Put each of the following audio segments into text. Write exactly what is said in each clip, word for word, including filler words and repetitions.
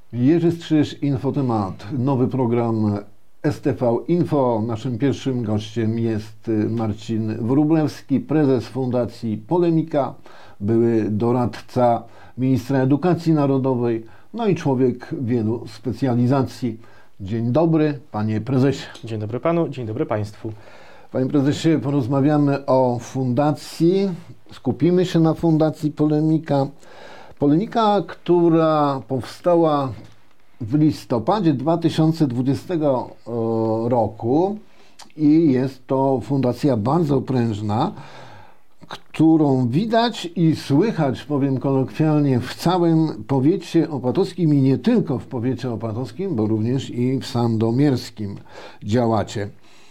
Jerzy Strzyż, Infotemat, nowy program S T V Info. Naszym pierwszym gościem jest Marcin Wróblewski, prezes Fundacji Polemika, były doradca ministra edukacji narodowej, no i człowiek wielu specjalizacji. Dzień dobry, panie prezesie. Dzień dobry panu, dzień dobry państwu. Panie prezesie, porozmawiamy o fundacji, skupimy się na Fundacji Polemika. Polemika, która powstała w listopadzie dwa tysiące dwudziestego roku i jest to fundacja bardzo prężna, którą widać i słychać, powiem kolokwialnie, w całym powiecie opatowskim i nie tylko w powiecie opatowskim, bo również i w sandomierskim działacie.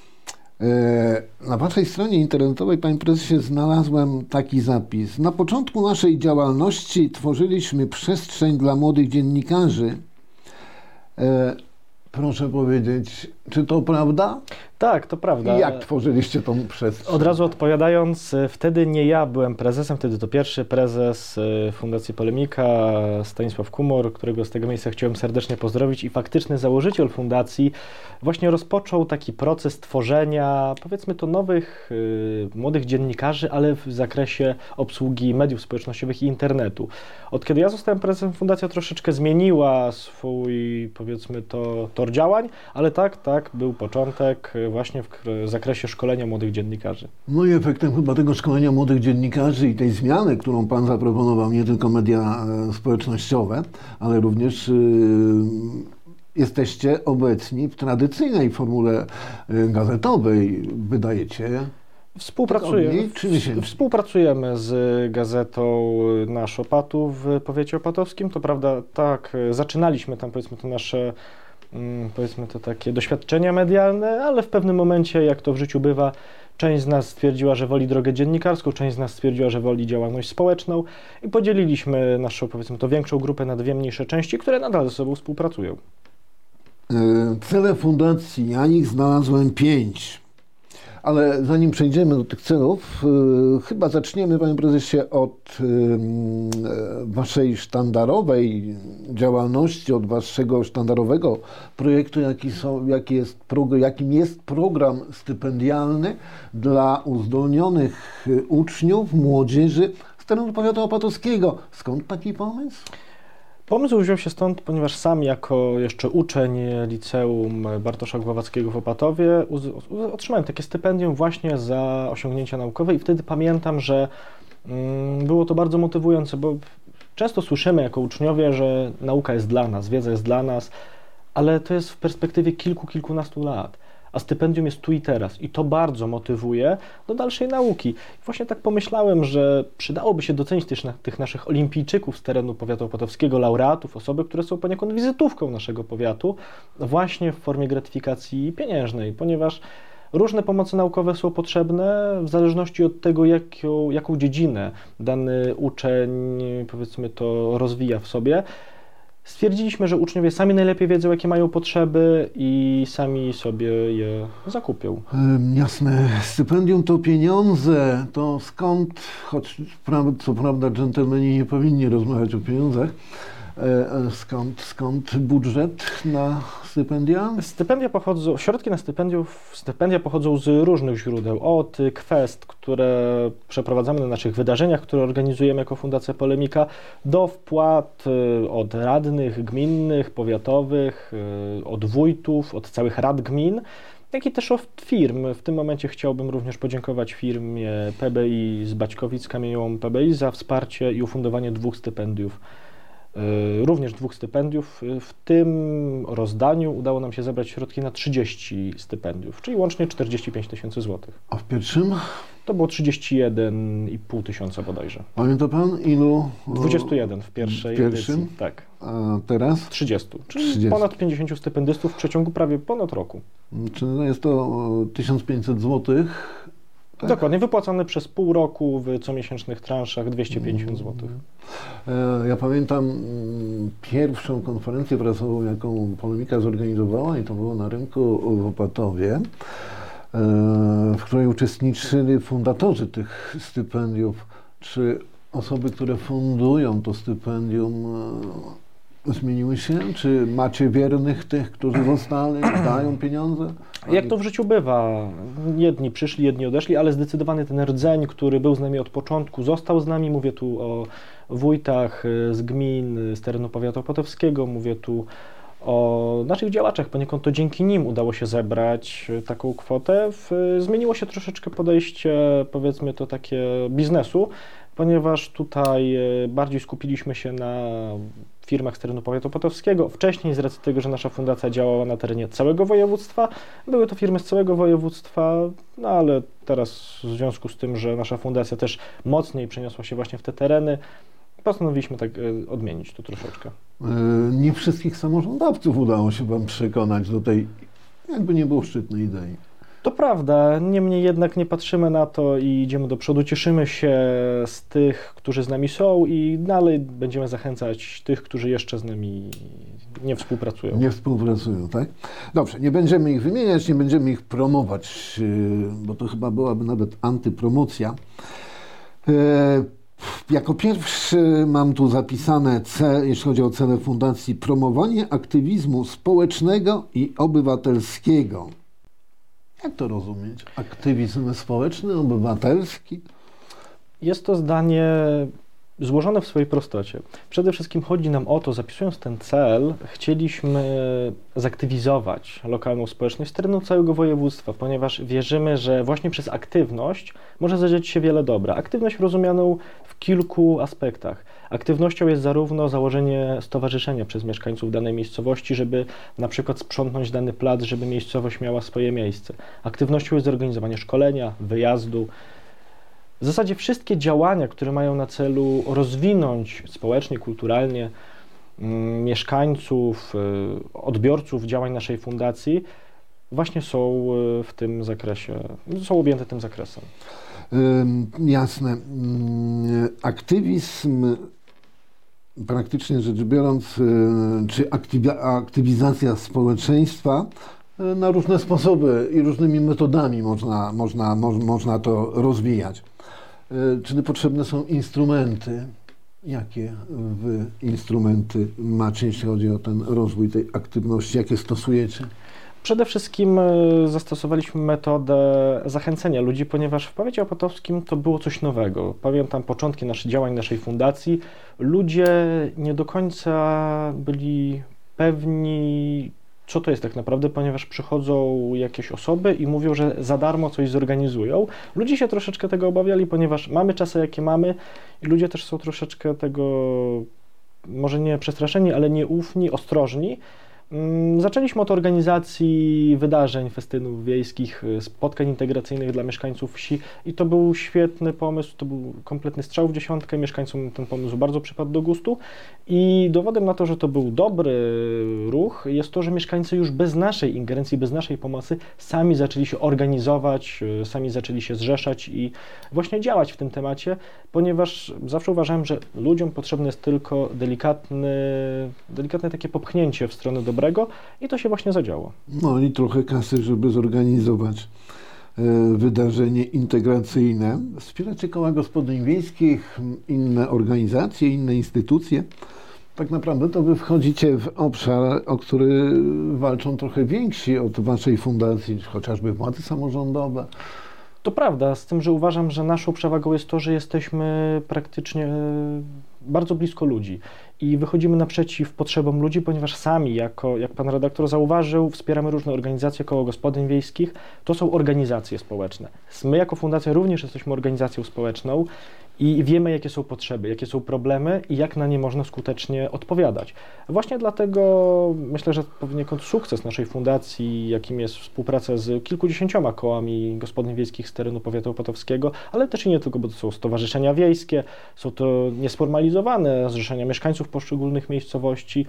Na waszej stronie internetowej, panie prezesie, znalazłem taki zapis. Na początku naszej działalności tworzyliśmy przestrzeń dla młodych dziennikarzy. E, proszę powiedzieć, czy to prawda? Tak, to prawda. I jak tworzyliście tą przestrzeń? Od razu odpowiadając, wtedy nie ja byłem prezesem, wtedy to pierwszy prezes Fundacji Polemika, Stanisław Kumor, którego z tego miejsca chciałem serdecznie pozdrowić, i faktyczny założyciel fundacji właśnie rozpoczął taki proces tworzenia, powiedzmy to, nowych, y, młodych dziennikarzy, ale w zakresie obsługi mediów społecznościowych i internetu. Od kiedy ja zostałem prezesem, fundacja troszeczkę zmieniła swój, powiedzmy to, tor działań, ale tak, tak, był początek właśnie w zakresie szkolenia młodych dziennikarzy. No i efektem chyba tego szkolenia młodych dziennikarzy i tej zmiany, którą pan zaproponował, nie tylko media e, społecznościowe, ale również e, jesteście obecni w tradycyjnej formule e, gazetowej. Wydajecie Współpracujemy, tygodni czy miesięcznie? Współpracujemy z gazetą Nasz Opatów w powiecie opatowskim. To prawda, tak, zaczynaliśmy tam, powiedzmy, to nasze powiedzmy to takie doświadczenia medialne, ale w pewnym momencie, jak to w życiu bywa, część z nas stwierdziła, że woli drogę dziennikarską, część z nas stwierdziła, że woli działalność społeczną i podzieliliśmy naszą, powiedzmy to, większą grupę na dwie mniejsze części, które nadal ze sobą współpracują. Cele fundacji, ja ich znalazłem pięć. Ale zanim przejdziemy do tych celów, yy, chyba zaczniemy, panie prezesie, od yy, waszej sztandarowej działalności, od waszego sztandarowego projektu, jaki są, jaki jest, jakim jest program stypendialny dla uzdolnionych uczniów, młodzieży z terenu powiatu opatowskiego. Skąd taki pomysł? Pomysł wziął się stąd, ponieważ sam jako jeszcze uczeń liceum Bartosza Głowackiego w Opatowie otrzymałem takie stypendium właśnie za osiągnięcia naukowe i wtedy pamiętam, że mm, było to bardzo motywujące, bo często słyszymy jako uczniowie, że nauka jest dla nas, wiedza jest dla nas, ale to jest w perspektywie kilku, kilkunastu lat. A stypendium jest tu i teraz i to bardzo motywuje do dalszej nauki. I właśnie tak pomyślałem, że przydałoby się docenić też na, tych naszych olimpijczyków z terenu powiatu opatowskiego, laureatów, osoby, które są poniekąd wizytówką naszego powiatu, właśnie w formie gratyfikacji pieniężnej, ponieważ różne pomocy naukowe są potrzebne w zależności od tego, jaką, jaką dziedzinę dany uczeń, powiedzmy to, rozwija w sobie. Stwierdziliśmy, że uczniowie sami najlepiej wiedzą, jakie mają potrzeby i sami sobie je zakupią. Jasne. Stypendium to pieniądze. To skąd, choć co prawda dżentelmeni nie powinni rozmawiać o pieniądzach, skąd, skąd budżet na stypendia? Stypendia pochodzą, środki na stypendiów, stypendia pochodzą z różnych źródeł. Od kwest, które przeprowadzamy na naszych wydarzeniach, które organizujemy jako Fundacja Polemika, do wpłat od radnych gminnych, powiatowych, od wójtów, od całych rad gmin, jak i też od firm. W tym momencie chciałbym również podziękować firmie P B I z Baćkowic, kamieniołom P B I, za wsparcie i ufundowanie dwóch stypendiów. Również dwóch stypendiów. W tym rozdaniu udało nam się zebrać środki na trzydzieści stypendiów, czyli łącznie czterdzieści pięć tysięcy złotych. A w pierwszym? To było trzydzieści jeden i pół tysiąca bodajże. Pamięta pan ilu? dwadzieścia jeden w pierwszej w pierwszym? edycji. Tak. A teraz? trzydzieści, czyli trzydzieści. Ponad pięćdziesięciu stypendystów w przeciągu prawie ponad roku. Czyli jest to tysiąc pięćset złotych. Tak? Dokładnie, wypłacane przez pół roku w comiesięcznych transzach dwieście pięćdziesiąt złotych. Ja pamiętam pierwszą konferencję prasową, jaką Polemika zorganizowała, i to było na rynku w Opatowie, w której uczestniczyli fundatorzy tych stypendiów. Czy osoby, które fundują to stypendium, zmieniły się? Czy macie wiernych tych, którzy zostali, dają pieniądze? Jak to w życiu bywa, jedni przyszli, jedni odeszli, ale zdecydowany ten rdzeń, który był z nami od początku, został z nami. Mówię tu o wójtach z gmin, z terenu powiatu opatowskiego, mówię tu o naszych działaczach, poniekąd to dzięki nim udało się zebrać taką kwotę. W, zmieniło się troszeczkę podejście, powiedzmy to takie biznesu, ponieważ tutaj bardziej skupiliśmy się na firmach z terenu powiatu opatowskiego. Wcześniej, z racji tego, że nasza fundacja działała na terenie całego województwa, były to firmy z całego województwa, no ale teraz w związku z tym, że nasza fundacja też mocniej przeniosła się właśnie w te tereny, postanowiliśmy tak odmienić to troszeczkę. Nie wszystkich samorządowców udało się Wam przekonać do tej, jakby nie było, szczytnej idei. To prawda, niemniej jednak nie patrzymy na to i idziemy do przodu. Cieszymy się z tych, którzy z nami są i dalej będziemy zachęcać tych, którzy jeszcze z nami nie współpracują. Nie współpracują, tak? Dobrze, nie będziemy ich wymieniać, nie będziemy ich promować, bo to chyba byłaby nawet antypromocja. Jako pierwszy mam tu zapisane cel, jeśli chodzi o cele fundacji, promowanie aktywizmu społecznego i obywatelskiego. Jak to rozumieć? Aktywizm społeczny, obywatelski? Jest to zdanie złożone w swojej prostocie. Przede wszystkim chodzi nam o to, zapisując ten cel, chcieliśmy zaktywizować lokalną społeczność z terenu całego województwa, ponieważ wierzymy, że właśnie przez aktywność może zadziać się wiele dobra. Aktywność rozumianą w kilku aspektach. Aktywnością jest zarówno założenie stowarzyszenia przez mieszkańców danej miejscowości, żeby na przykład sprzątnąć dany plac, żeby miejscowość miała swoje miejsce. Aktywnością jest zorganizowanie szkolenia, wyjazdu. W zasadzie wszystkie działania, które mają na celu rozwinąć społecznie, kulturalnie mm, mieszkańców, y, odbiorców działań naszej fundacji, właśnie są y, w tym zakresie, są objęte tym zakresem. Ym, jasne. Ym, aktywizm, praktycznie rzecz biorąc, y, czy aktywi- aktywizacja społeczeństwa y, na różne sposoby i różnymi metodami można, można, mo- można to rozwijać. Czy potrzebne są instrumenty? Jakie wy instrumenty macie, jeśli chodzi o ten rozwój tej aktywności? Jakie stosujecie? Przede wszystkim zastosowaliśmy metodę zachęcenia ludzi, ponieważ w powiecie opatowskim to było coś nowego. Pamiętam początki naszych działań, naszej fundacji. Ludzie nie do końca byli pewni, co to jest tak naprawdę, ponieważ przychodzą jakieś osoby i mówią, że za darmo coś zorganizują. Ludzie się troszeczkę tego obawiali, ponieważ mamy czasy, jakie mamy i ludzie też są troszeczkę tego, może nie przestraszeni, ale nieufni, ostrożni. Zaczęliśmy od organizacji wydarzeń, festynów wiejskich, spotkań integracyjnych dla mieszkańców wsi i to był świetny pomysł, to był kompletny strzał w dziesiątkę, mieszkańcom ten pomysł bardzo przypadł do gustu i dowodem na to, że to był dobry ruch jest to, że mieszkańcy już bez naszej ingerencji, bez naszej pomocy sami zaczęli się organizować, sami zaczęli się zrzeszać i właśnie działać w tym temacie, ponieważ zawsze uważałem, że ludziom potrzebne jest tylko delikatny, delikatne takie popchnięcie w stronę dobrego i to się właśnie zadziało. No i trochę kasy, żeby zorganizować e, wydarzenie integracyjne. Wspieracie koła gospodyń wiejskich, inne organizacje, inne instytucje. Tak naprawdę to wy wchodzicie w obszar, o który walczą trochę więksi od waszej fundacji, chociażby władze samorządowe. To prawda, z tym, że uważam, że naszą przewagą jest to, że jesteśmy praktycznie bardzo blisko ludzi i wychodzimy naprzeciw potrzebom ludzi, ponieważ sami, jako, jak pan redaktor zauważył, wspieramy różne organizacje, koło gospodyń wiejskich. To są organizacje społeczne. My jako fundacja również jesteśmy organizacją społeczną i wiemy, jakie są potrzeby, jakie są problemy i jak na nie można skutecznie odpowiadać. Właśnie dlatego myślę, że poniekąd sukces naszej fundacji, jakim jest współpraca z kilkudziesięcioma kołami gospodyń wiejskich z terenu powiatu opatowskiego, ale też i nie tylko, bo to są stowarzyszenia wiejskie, są to niesformalizowane zrzeszenia mieszkańców poszczególnych miejscowości.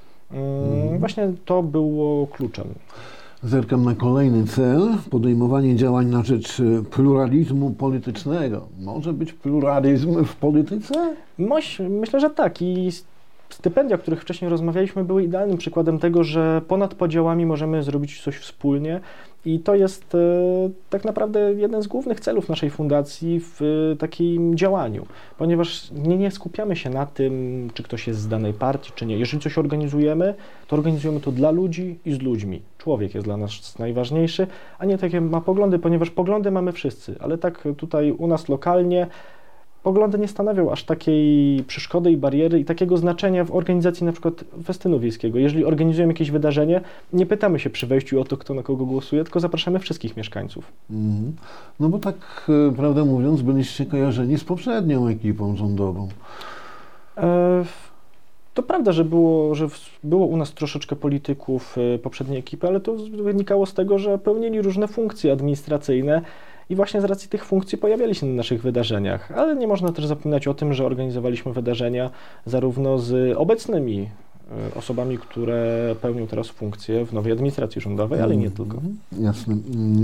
Hmm. Właśnie to było kluczem. Zerkam na kolejny cel, podejmowanie działań na rzecz pluralizmu politycznego. Może być pluralizm w polityce? Myślę, że tak i stypendia, o których wcześniej rozmawialiśmy, były idealnym przykładem tego, że ponad podziałami możemy zrobić coś wspólnie i to jest e, tak naprawdę jeden z głównych celów naszej fundacji w e, takim działaniu, ponieważ nie, nie skupiamy się na tym, czy ktoś jest z danej partii, czy nie. Jeżeli coś organizujemy, to organizujemy to dla ludzi i z ludźmi. Człowiek jest dla nas najważniejszy, a nie takie ma poglądy, ponieważ poglądy mamy wszyscy, ale tak tutaj u nas lokalnie poglądy nie stanowią aż takiej przeszkody i bariery i takiego znaczenia w organizacji na przykład festynu wiejskiego. Jeżeli organizujemy jakieś wydarzenie, nie pytamy się przy wejściu o to, kto na kogo głosuje, tylko zapraszamy wszystkich mieszkańców. Mm. No bo tak, prawdę mówiąc, byliście kojarzeni z poprzednią ekipą rządową. E, to prawda, że było, że było u nas troszeczkę polityków poprzedniej ekipy, ale to wynikało z tego, że pełnili różne funkcje administracyjne, i właśnie z racji tych funkcji pojawiali się na naszych wydarzeniach, ale nie można też zapominać o tym, że organizowaliśmy wydarzenia zarówno z obecnymi osobami, które pełnią teraz funkcje w nowej administracji rządowej, ale nie tylko. Jasne.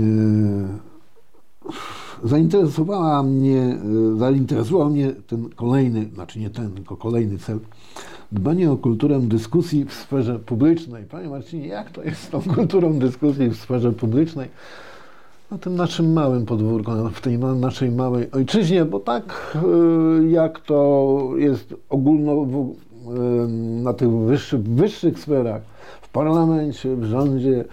Zainteresowała mnie, zainteresował mnie ten kolejny, znaczy nie ten, tylko kolejny cel, dbanie o kulturę dyskusji w sferze publicznej. Panie Marcinie, jak to jest z tą kulturą dyskusji w sferze publicznej? Na tym naszym małym podwórku, w tej naszej małej ojczyźnie, bo tak jak to jest ogólno na tych wyższych, wyższych sferach, w parlamencie, w rządzie,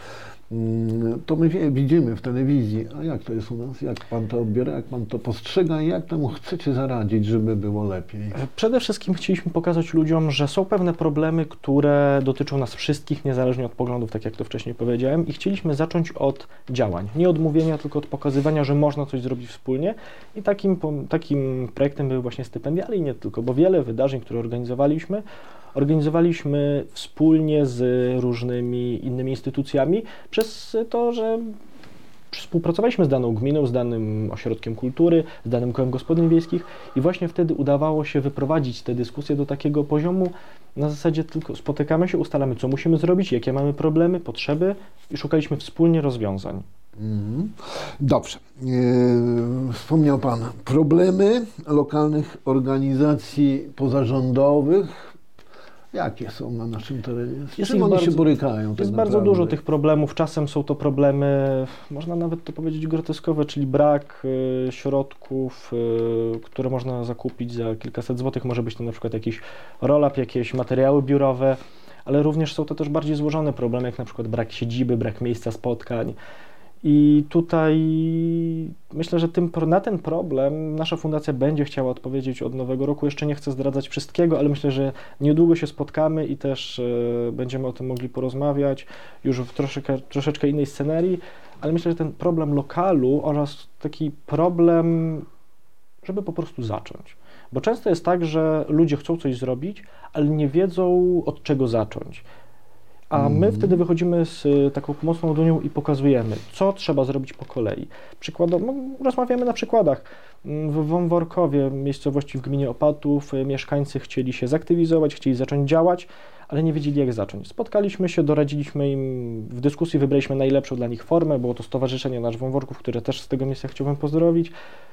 to my wie, widzimy w telewizji, a jak to jest u nas, jak pan to odbiera, jak pan to postrzega i jak temu chcecie zaradzić, żeby było lepiej? Przede wszystkim chcieliśmy pokazać ludziom, że są pewne problemy, które dotyczą nas wszystkich, niezależnie od poglądów, tak jak to wcześniej powiedziałem, i chcieliśmy zacząć od działań, nie od mówienia, tylko od pokazywania, że można coś zrobić wspólnie i takim, takim projektem były właśnie stypendia, ale i nie tylko, bo wiele wydarzeń, które organizowaliśmy, Organizowaliśmy wspólnie z różnymi innymi instytucjami przez to, że współpracowaliśmy z daną gminą, z danym ośrodkiem kultury, z danym kołem gospodyń wiejskich i właśnie wtedy udawało się wyprowadzić te dyskusje do takiego poziomu, na zasadzie tylko spotykamy się, ustalamy, co musimy zrobić, jakie mamy problemy, potrzeby i szukaliśmy wspólnie rozwiązań. Mm. Dobrze. Eee, wspomniał Pan problemy lokalnych organizacji pozarządowych. Jakie są na naszym terenie? Z Jest czym oni bardzo, się borykają? Jest bardzo dużo tych problemów. Czasem są to problemy, można nawet to powiedzieć groteskowe, czyli brak y, środków, y, które można zakupić za kilkaset złotych. Może być to na przykład jakiś roll-up, jakieś materiały biurowe, ale również są to też bardziej złożone problemy, jak na przykład brak siedziby, brak miejsca spotkań. I tutaj myślę, że tym, na ten problem nasza fundacja będzie chciała odpowiedzieć od nowego roku. Jeszcze nie chcę zdradzać wszystkiego, ale myślę, że niedługo się spotkamy i też y, będziemy o tym mogli porozmawiać już w troszeczkę, troszeczkę innej scenerii, ale myślę, że ten problem lokalu oraz taki problem, żeby po prostu zacząć. Bo często jest tak, że ludzie chcą coś zrobić, ale nie wiedzą, od czego zacząć. A my wtedy wychodzimy z taką pomocną dłonią i pokazujemy, co trzeba zrobić po kolei. Przykładowo, rozmawiamy na przykładach. W Wąworkowie, miejscowości w gminie Opatów, mieszkańcy chcieli się zaktywizować, chcieli zacząć działać, ale nie wiedzieli, jak zacząć. Spotkaliśmy się, doradziliśmy im, w dyskusji wybraliśmy najlepszą dla nich formę, było to Stowarzyszenie Nasz Wąworków, które też z tego miejsca chciałbym pozdrowić.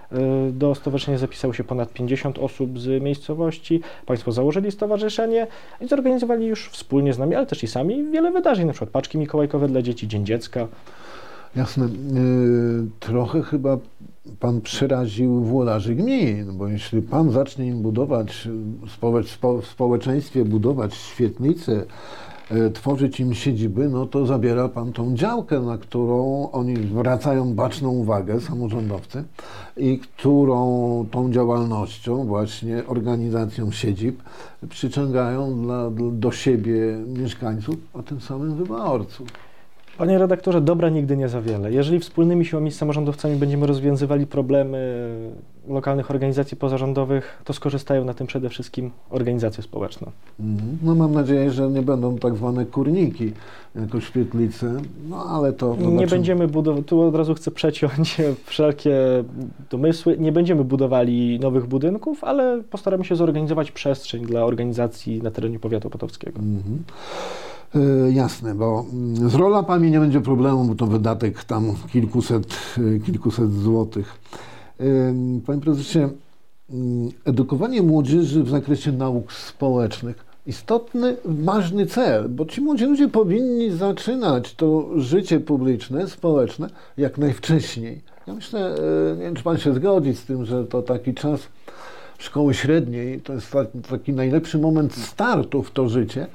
Do stowarzyszenia zapisało się ponad pięćdziesiąt osób z miejscowości. Państwo założyli stowarzyszenie i zorganizowali już wspólnie z nami, ale też i sami wiele wydarzeń, na przykład paczki mikołajkowe dla dzieci, Dzień Dziecka. Jasne. Yy, trochę chyba Pan przeraził włodarzy gmin, bo jeśli Pan zacznie im budować, społecz, spo, w społeczeństwie budować świetlice, yy, tworzyć im siedziby, no to zabiera Pan tą działkę, na którą oni zwracają baczną uwagę, samorządowcy, i którą tą działalnością, właśnie organizacją siedzib, przyciągają dla, do siebie mieszkańców, a tym samym wyborców. Panie redaktorze, dobra nigdy nie za wiele. Jeżeli wspólnymi siłami z samorządowcami będziemy rozwiązywali problemy lokalnych organizacji pozarządowych, to skorzystają na tym przede wszystkim organizacje społeczne. No mam nadzieję, że nie będą tak zwane kurniki jako świetlice, no ale to... to nie będziemy budować, tu od razu chcę przeciąć wszelkie domysły, nie będziemy budowali nowych budynków, ale postaramy się zorganizować przestrzeń dla organizacji na terenie powiatu opatowskiego. Mhm. Jasne, bo z roll-upami nie będzie problemu, bo to wydatek tam kilkuset, kilkuset złotych. Panie prezesie, edukowanie młodzieży w zakresie nauk społecznych istotny, ważny cel, bo ci młodzi ludzie powinni zaczynać to życie publiczne, społeczne jak najwcześniej. Ja myślę, nie wiem, czy pan się zgodzi z tym, że to taki czas szkoły średniej, to jest taki najlepszy moment startu w to życie.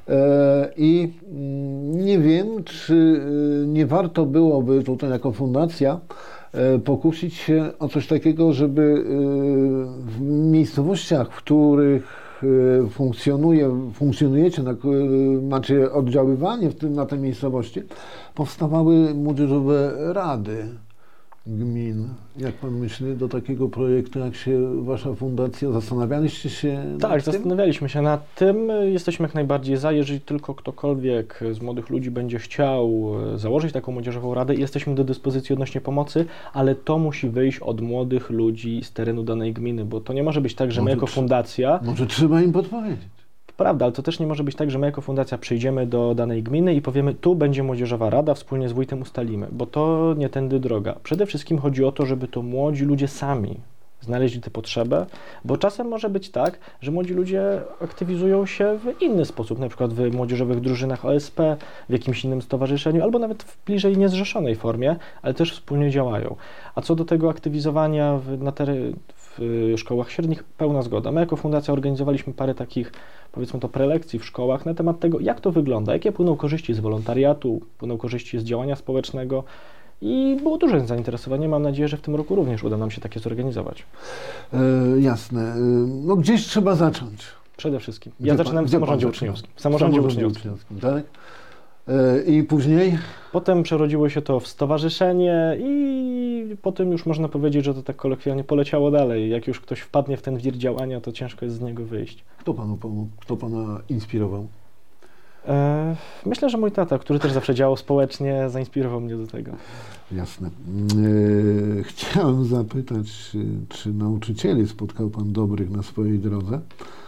I nie wiem, czy nie warto byłoby tutaj jako fundacja pokusić się o coś takiego, żeby w miejscowościach, w których funkcjonuje, funkcjonujecie, macie oddziaływanie w tym, na te miejscowości, powstawały młodzieżowe rady gmin. Jak pan myśli, do takiego projektu, jak się wasza fundacja, zastanawialiście się Tak, nad tym? zastanawialiśmy się nad tym. Jesteśmy jak najbardziej za, jeżeli tylko ktokolwiek z młodych ludzi będzie chciał założyć taką młodzieżową radę, jesteśmy do dyspozycji odnośnie pomocy, ale to musi wyjść od młodych ludzi z terenu danej gminy, bo to nie może być tak, że my Może jako tr- fundacja... Może trzeba im podpowiedzieć. Prawda, ale to też nie może być tak, że my jako fundacja przyjdziemy do danej gminy i powiemy, tu będzie młodzieżowa rada, wspólnie z wójtem ustalimy, bo to nie tędy droga. Przede wszystkim chodzi o to, żeby to młodzi ludzie sami znaleźli tę potrzebę, bo czasem może być tak, że młodzi ludzie aktywizują się w inny sposób, na przykład w młodzieżowych drużynach O S P, w jakimś innym stowarzyszeniu, albo nawet w bliżej niezrzeszonej formie, ale też wspólnie działają. A co do tego aktywizowania w, na teren, w szkołach średnich, pełna zgoda. My jako fundacja organizowaliśmy parę takich, powiedzmy to, prelekcji w szkołach na temat tego, jak to wygląda, jakie płyną korzyści z wolontariatu, płyną korzyści z działania społecznego. I było duże zainteresowanie. Mam nadzieję, że w tym roku również uda nam się takie zorganizować. E, jasne. E, no gdzieś trzeba zacząć. Przede wszystkim. Gdzie Ja pan- zaczynam w gdzie pan samorządzie zaczyna? uczniowskim. W samorządzie uczniowskim. uczniowskim, tak? E, I później? Potem przerodziło się to w stowarzyszenie i potem już można powiedzieć, że to tak kolokwialnie poleciało dalej. Jak już ktoś wpadnie w ten wir działania, to ciężko jest z niego wyjść. Kto panu pomógł? Kto pana inspirował? E, myślę, że mój tata, który też zawsze działał społecznie, zainspirował mnie do tego. Jasne. E, chciałem zapytać, czy nauczycieli spotkał pan dobrych na swojej drodze?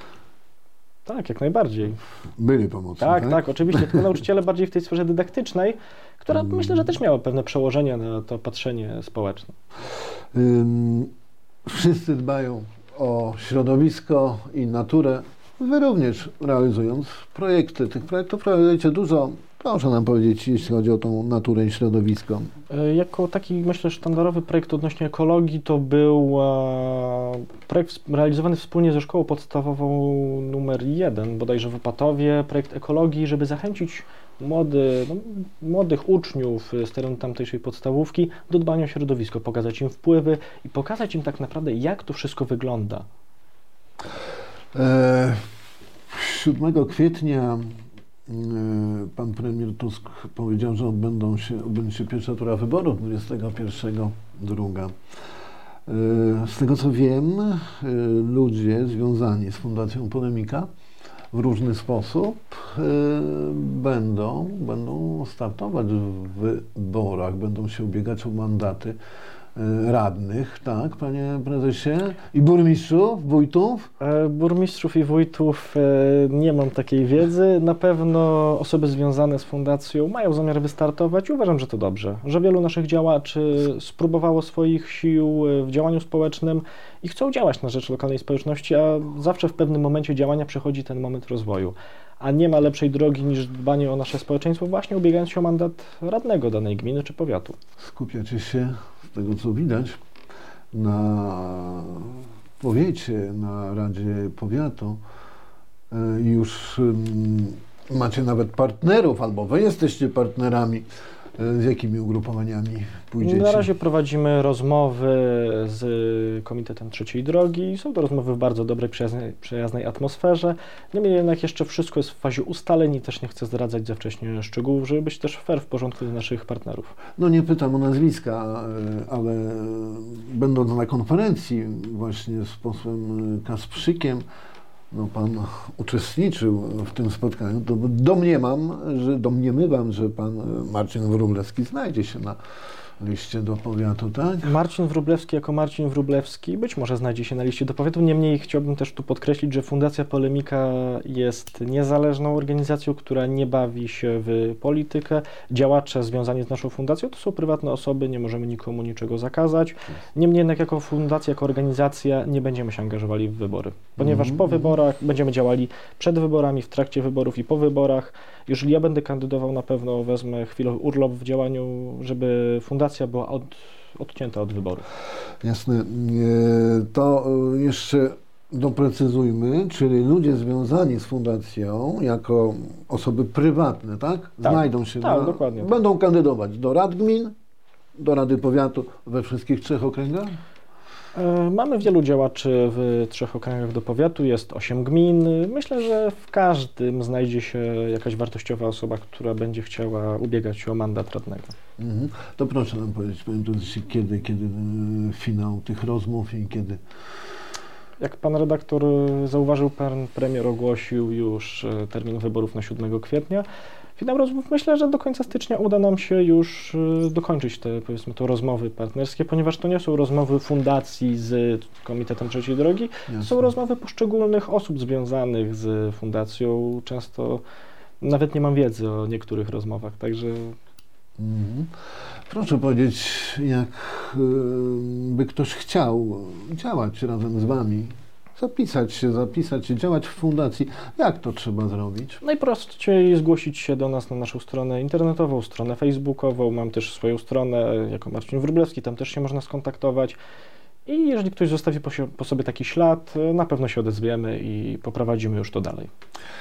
Tak, jak najbardziej. Byli pomocni, Tak, tak? tak, oczywiście, tylko nauczyciele bardziej w tej sferze dydaktycznej, która myślę, że też miała pewne przełożenie na to patrzenie społeczne. Ym, wszyscy dbają o środowisko i naturę. Wy również realizując projekty. Tych projektów realizujecie dużo. Proszę nam powiedzieć, jeśli chodzi o tą naturę i środowisko. E, Jako taki, myślę, sztandarowy projekt odnośnie ekologii to był e, projekt ws- realizowany wspólnie ze szkołą podstawową numer jeden, bodajże w Opatowie, projekt ekologii, żeby zachęcić młody, no, młodych uczniów z terenu tamtejszej podstawówki do dbania o środowisko, pokazać im wpływy i pokazać im tak naprawdę, jak to wszystko wygląda. E, siódmego kwietnia e, pan premier Tusk powiedział, że odbędą się, odbędzie się pierwsza tura wyborów, dwudziestego pierwszego druga. E, z tego co wiem, e, ludzie związani z Fundacją Polemika w różny sposób e, będą, będą startować w wyborach, będą się ubiegać o mandaty e, radnych, tak, panie prezesie? I burmistrzów, wójtów? E, Burmistrzów i wójtów e, nie mam takiej wiedzy. Na pewno osoby związane z fundacją mają zamiar wystartować i uważam, że to dobrze. Że wielu naszych działaczy spróbowało swoich sił e, w działaniu społecznym i chcą działać na rzecz lokalnej społeczności, a zawsze w pewnym momencie działania przychodzi ten moment rozwoju. A nie ma lepszej drogi niż dbanie o nasze społeczeństwo, właśnie ubiegając się o mandat radnego danej gminy czy powiatu. Skupiacie się, z tego co widać, na powiecie, na Radzie Powiatu. E, Już mm, macie nawet partnerów, albo wy jesteście partnerami. E, Z jakimi ugrupowaniami pójdziecie? Na razie prowadzimy rozmowy z Komitetem Trzeciej Drogi. Są to rozmowy w bardzo dobrej, przyjaznej, przyjaznej atmosferze. Niemniej jednak jeszcze wszystko jest w fazie ustaleń i też nie chcę zdradzać za wcześnie szczegółów, żeby być też fair w porządku dla naszych partnerów. No nie pytam o nazwiska, e, ale będąc na konferencji właśnie z posłem Kasprzykiem, no pan uczestniczył w tym spotkaniu, to domniemam, że domniemywam, że pan Marcin Wróblewski znajdzie się na liście do powiatu, tak? Marcin Wróblewski jako Marcin Wróblewski być może znajdzie się na liście do powiatu, niemniej chciałbym też tu podkreślić, że Fundacja Polemika jest niezależną organizacją, która nie bawi się w politykę. Działacze związani z naszą fundacją to są prywatne osoby, nie możemy nikomu niczego zakazać. Niemniej jednak jako fundacja, jako organizacja nie będziemy się angażowali w wybory, ponieważ Mhm. po wyborach będziemy działali przed wyborami, w trakcie wyborów i po wyborach. Jeżeli ja będę kandydował, na pewno wezmę chwilowy urlop w działaniu, żeby fundacja była od, odcięta od wyborów. Jasne. E, To e, jeszcze doprecyzujmy, czyli ludzie związani z fundacją jako osoby prywatne, tak? Tak. Znajdą się, Tak, na, dokładnie tak. będą kandydować do rad gmin, do Rady Powiatu we wszystkich trzech okręgach? E, Mamy wielu działaczy w trzech okręgach do powiatu, jest osiem gmin. Myślę, że w każdym znajdzie się jakaś wartościowa osoba, która będzie chciała ubiegać się o mandat radnego. Mhm. To proszę nam powiedzieć, panie prezesie, kiedy, kiedy e, finał tych rozmów i kiedy... Jak pan redaktor zauważył, pan premier ogłosił już e, termin wyborów na siódmego kwietnia. Finał rozmów, myślę, że do końca stycznia uda nam się już e, dokończyć te, powiedzmy, to rozmowy partnerskie, ponieważ to nie są rozmowy fundacji z Komitetem Trzeciej Drogi, to Jasne. są rozmowy poszczególnych osób związanych z fundacją. Często nawet nie mam wiedzy o niektórych rozmowach, także Mhm. Proszę powiedzieć, jak e, by ktoś chciał działać razem z Wami, zapisać się, zapisać się, działać w fundacji, jak to trzeba zrobić? najprościej zgłosić się do nas na naszą stronę internetową, stronę facebookową. Mam też swoją stronę jako Marcin Wróblewski, tam też się można skontaktować. I jeżeli ktoś zostawi po, się, po sobie taki ślad, na pewno się odezwiemy i poprowadzimy już to dalej.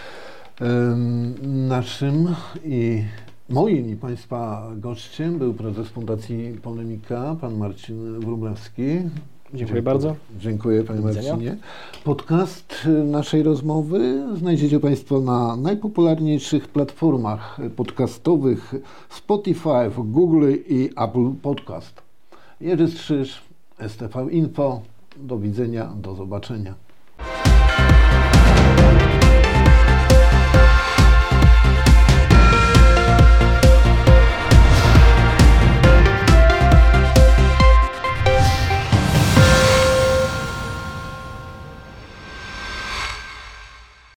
Em, Naszym i moim i Państwa gościem był prezes Fundacji Polemika, pan Marcin Wróblewski. Dziękuję bardzo. Dziękuję, panie Do widzenia. Marcinie. Podcast naszej rozmowy znajdziecie Państwo na najpopularniejszych platformach podcastowych Spotify, Google i Apple Podcast. Jerzy Strzyż, S T V Info. Do widzenia, do zobaczenia.